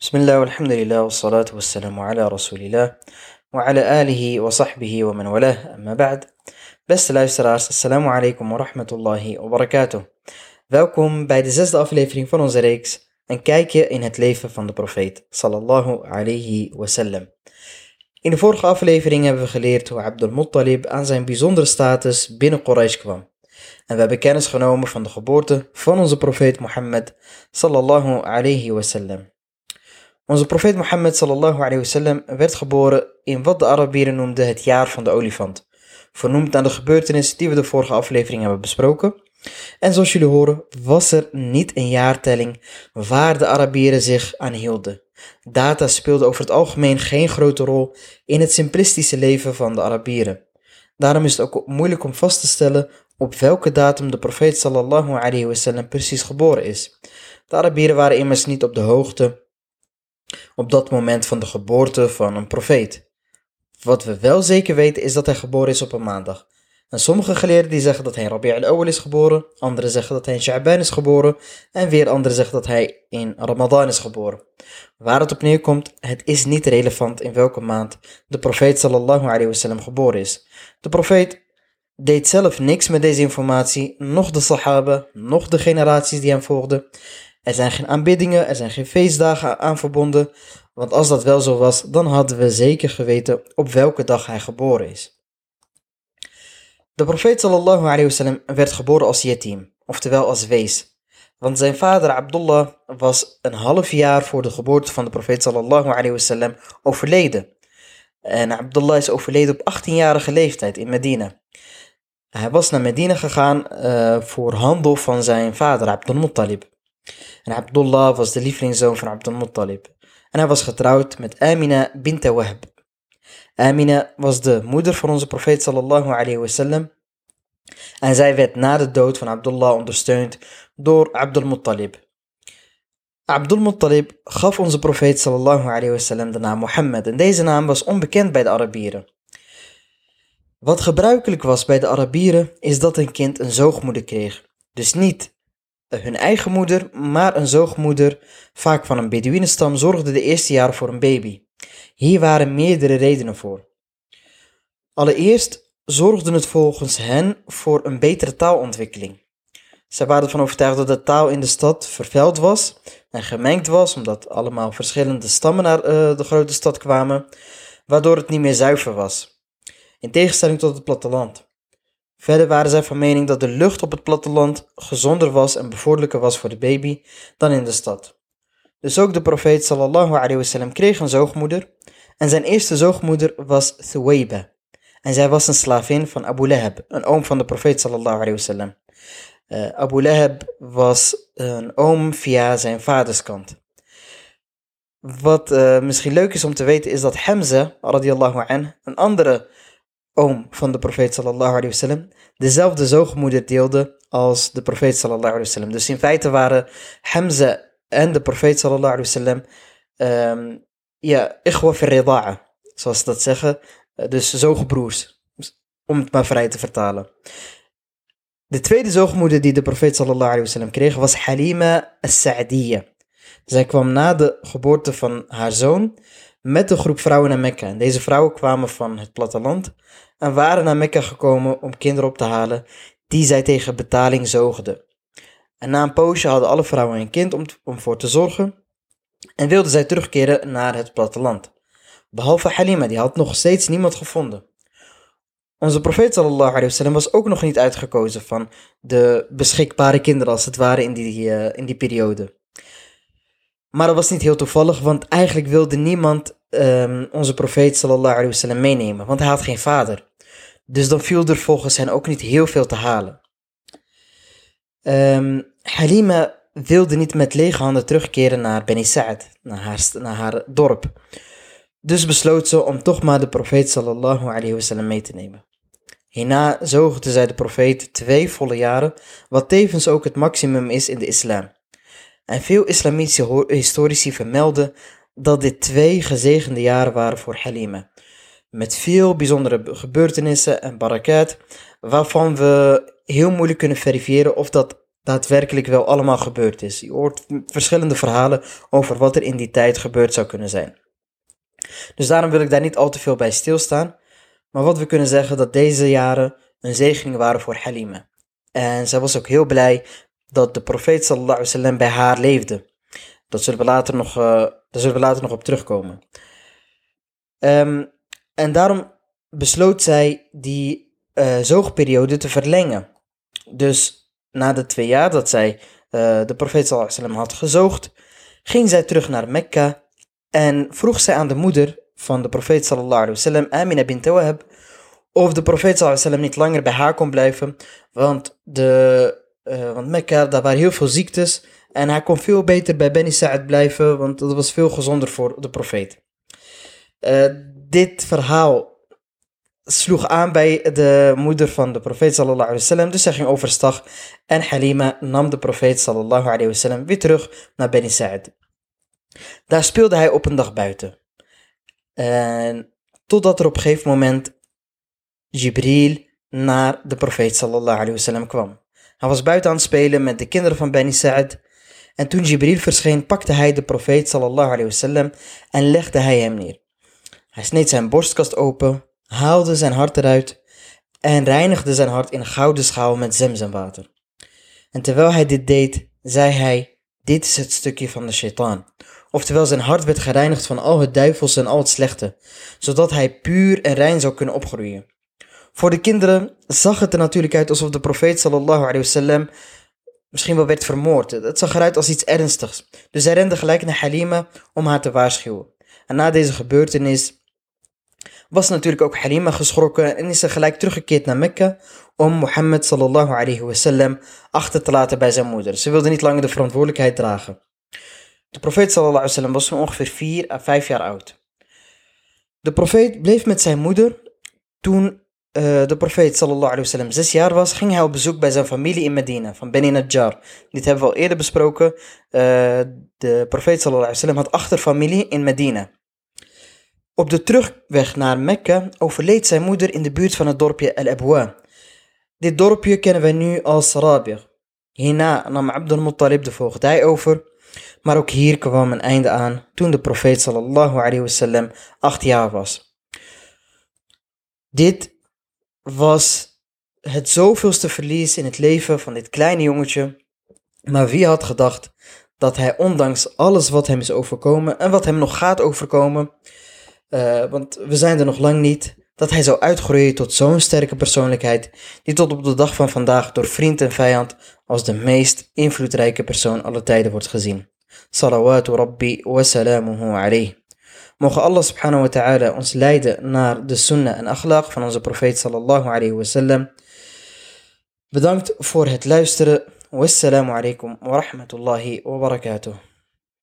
Bismillah, walhamdulillah, wassalatu wassalamu ala rasulillah, wa ala alihi wa sahbihi wa man walah, amma ba'd. Beste luisteraars, assalamu alaikum wa rahmatullahi wa barakatuh. Welkom bij de zesde aflevering van onze reeks Een kijkje in het leven van de profeet, sallallahu alayhi wasallam. In de vorige aflevering hebben we geleerd hoe Abdul Muttalib aan zijn bijzondere status binnen Quraysh kwam. En we hebben kennis genomen van de geboorte van onze profeet Mohammed, sallallahu alayhi wasallam. Onze profeet Mohammed sallallahu alayhi wasallam werd geboren in wat de Arabieren noemden het jaar van de olifant, vernoemd naar de gebeurtenis die we de vorige aflevering hebben besproken. En zoals jullie horen was er niet een jaartelling waar de Arabieren zich aan hielden. Data speelde over het algemeen geen grote rol in het simplistische leven van de Arabieren. Daarom is het ook moeilijk om vast te stellen op welke datum de profeet sallallahu alayhi wasallam precies geboren is. De Arabieren waren immers niet op de hoogte op dat moment van de geboorte van een profeet. Wat we wel zeker weten is dat hij geboren is op een maandag. En sommige geleerden die zeggen dat hij in Rabi' al-Awwal is geboren, anderen zeggen dat hij in Sha'ban is geboren en weer anderen zeggen dat hij in Ramadan is geboren. Waar het op neerkomt, het is niet relevant in welke maand de profeet sallallahu alayhi wasallam geboren is. De profeet deed zelf niks met deze informatie, noch de sahaba, noch de generaties die hem volgden. Er zijn geen aanbiddingen, er zijn geen feestdagen aan verbonden, want als dat wel zo was, dan hadden we zeker geweten op welke dag hij geboren is. De profeet sallallahu alayhi wasallam werd geboren als yatim, oftewel als wees, want zijn vader Abdullah was een half jaar voor de geboorte van de profeet sallallahu alayhi wasallam overleden. En Abdullah is overleden op 18-jarige leeftijd in Medina. Hij was naar Medina gegaan voor handel van zijn vader Abdul Muttalib. En Abdullah was de lievelingszoon van Abdul Muttalib. En hij was getrouwd met Amina bint Wahb. Amina was de moeder van onze profeet sallallahu alayhi wasallam. En zij werd na de dood van Abdullah ondersteund door Abdul Muttalib. Abdul Muttalib gaf onze profeet sallallahu alayhi wasallam de naam Mohammed. En deze naam was onbekend bij de Arabieren. Wat gebruikelijk was bij de Arabieren is dat een kind een zoogmoeder kreeg. Dus niet hun eigen moeder, maar een zoogmoeder, vaak van een Bedouinenstam, zorgde de eerste jaren voor een baby. Hier waren meerdere redenen voor. Allereerst zorgde het volgens hen voor een betere taalontwikkeling. Zij waren ervan overtuigd dat de taal in de stad vervuild was en gemengd was, omdat allemaal verschillende stammen naar de grote stad kwamen, waardoor het niet meer zuiver was. In tegenstelling tot het platteland. Verder waren zij van mening dat de lucht op het platteland gezonder was en bevorderlijker was voor de baby dan in de stad. Dus ook de profeet sallallahu alayhi wasallam kreeg een zoogmoeder en zijn eerste zoogmoeder was Thuwayba. En zij was een slavin van Abu Lahab, een oom van de profeet sallallahu alayhi wasallam. Abu Lahab was een oom via zijn vaderskant. Wat misschien leuk is om te weten is dat Hamza radiyallahu anh, een andere oom van de profeet sallallahu alayhi wasallam, dezelfde zoogmoeder deelde als de profeet sallallahu alayhi wasallam. Dus in feite waren Hamza en de profeet sallallahu alayhi wasallam ikhwa fi rida'a, zoals ze dat zeggen, dus zoogbroers, om het maar vrij te vertalen. De tweede zoogmoeder die de profeet sallallahu alayhi wasallam kreeg was Halima as-Sa'diyya. Zij kwam na de geboorte van haar zoon met een groep vrouwen naar Mekka. En deze vrouwen kwamen van het platteland en waren naar Mekka gekomen om kinderen op te halen die zij tegen betaling zoogden. En na een poosje hadden alle vrouwen een kind om voor te zorgen en wilden zij terugkeren naar het platteland. Behalve Halima, die had nog steeds niemand gevonden. Onze profeet sallallahu alayhi wasallam was ook nog niet uitgekozen van de beschikbare kinderen als het ware in die periode. Maar dat was niet heel toevallig, want eigenlijk wilde niemand onze profeet sallallahu alayhi wasallam meenemen, want hij had geen vader. Dus dan viel er volgens hen ook niet heel veel te halen. Halima wilde niet met lege handen terugkeren naar Beni Sa'd, naar haar dorp. Dus besloot ze om toch maar de profeet sallallahu alayhi wasallam mee te nemen. Hierna zoogde zij de profeet 2 volle jaren, wat tevens ook het maximum is in de islam. En veel islamitische historici vermelden dat dit 2 gezegende jaren waren voor Halima. Met veel bijzondere gebeurtenissen en barakat, waarvan we heel moeilijk kunnen verifiëren of dat daadwerkelijk wel allemaal gebeurd is. Je hoort verschillende verhalen over wat er in die tijd gebeurd zou kunnen zijn. Dus daarom wil ik daar niet al te veel bij stilstaan. Maar wat we kunnen zeggen, dat deze jaren een zegening waren voor Halima. En zij was ook heel blij dat de profeet sallallahu alaihi wasallam bij haar leefde. Daar zullen we later nog op terugkomen. En daarom besloot zij die zoogperiode te verlengen. Dus na de 2 jaar dat zij de profeet sallallahu alaihi wasallam had gezoogd, ging zij terug naar Mekka en vroeg zij aan de moeder van de profeet sallallahu alaihi wasallam, Amina bint Wahab, of de profeet sallallahu alaihi wasallam niet langer bij haar kon blijven, want Mekka, daar waren heel veel ziektes en hij kon veel beter bij Bani Sa'ad blijven, want dat was veel gezonder voor de profeet. Dit verhaal sloeg aan bij de moeder van de profeet sallallahu alaihi wasallam, dus zij ging overstag en Halima nam de profeet sallallahu alaihi wasallam weer terug naar Bani Sa'ad. Daar speelde hij op een dag buiten. En totdat er op een gegeven moment Jibril naar de profeet sallallahu alaihi wasallam kwam. Hij was buiten aan het spelen met de kinderen van Bani Sa'ad. En toen Jibril verscheen, pakte hij de profeet sallallahu alaihi wasallam en legde hij hem neer. Hij sneed zijn borstkast open, haalde zijn hart eruit en reinigde zijn hart in een gouden schaal met zemzemwater. En terwijl hij dit deed, zei hij, dit is het stukje van de shaitaan. Oftewel zijn hart werd gereinigd van al het duivels en al het slechte, zodat hij puur en rein zou kunnen opgroeien. Voor de kinderen zag het er natuurlijk uit alsof de profeet sallallahu alaihi wasallam misschien wel werd vermoord. Het zag eruit als iets ernstigs. Dus hij rende gelijk naar Halima om haar te waarschuwen. En na deze gebeurtenis was natuurlijk ook Halima geschrokken en is ze gelijk teruggekeerd naar Mekka om Mohammed sallallahu alaihi wasallam achter te laten bij zijn moeder. Ze wilde niet langer de verantwoordelijkheid dragen. De profeet sallallahu alaihi wasallam was ongeveer 4 à 5 jaar oud. De profeet bleef met zijn moeder. Toen de profeet sallallahu alaihi wasallam 6 jaar was, ging hij op bezoek bij zijn familie in Medina, van Bani Najjar. Dit hebben we al eerder besproken. De profeet sallallahu alaihi wasallam had achterfamilie in Medina. Op de terugweg naar Mekka overleed zijn moeder in de buurt van het dorpje Al-Abwa. Dit dorpje kennen wij nu als Rabi'. Hierna nam Abdul Muttalib de voogdij over, maar ook hier kwam een einde aan toen de profeet sallallahu alaihi wasallam 8 jaar was. Dit was het zoveelste verlies in het leven van dit kleine jongetje, maar wie had gedacht dat hij ondanks alles wat hem is overkomen en wat hem nog gaat overkomen, want we zijn er nog lang niet, dat hij zou uitgroeien tot zo'n sterke persoonlijkheid die tot op de dag van vandaag door vriend en vijand als de meest invloedrijke persoon aller tijden wordt gezien. Salawatu Rabbi wa salamuhu alayh. Mogen Allah subhanahu wa ta'ala ons leiden naar de sunnah en akhlaq van onze profeet sallallahu alayhi wa sallam. Bedankt voor het luisteren. Wassalamu alaikum wa rahmatullahi wa barakatuh.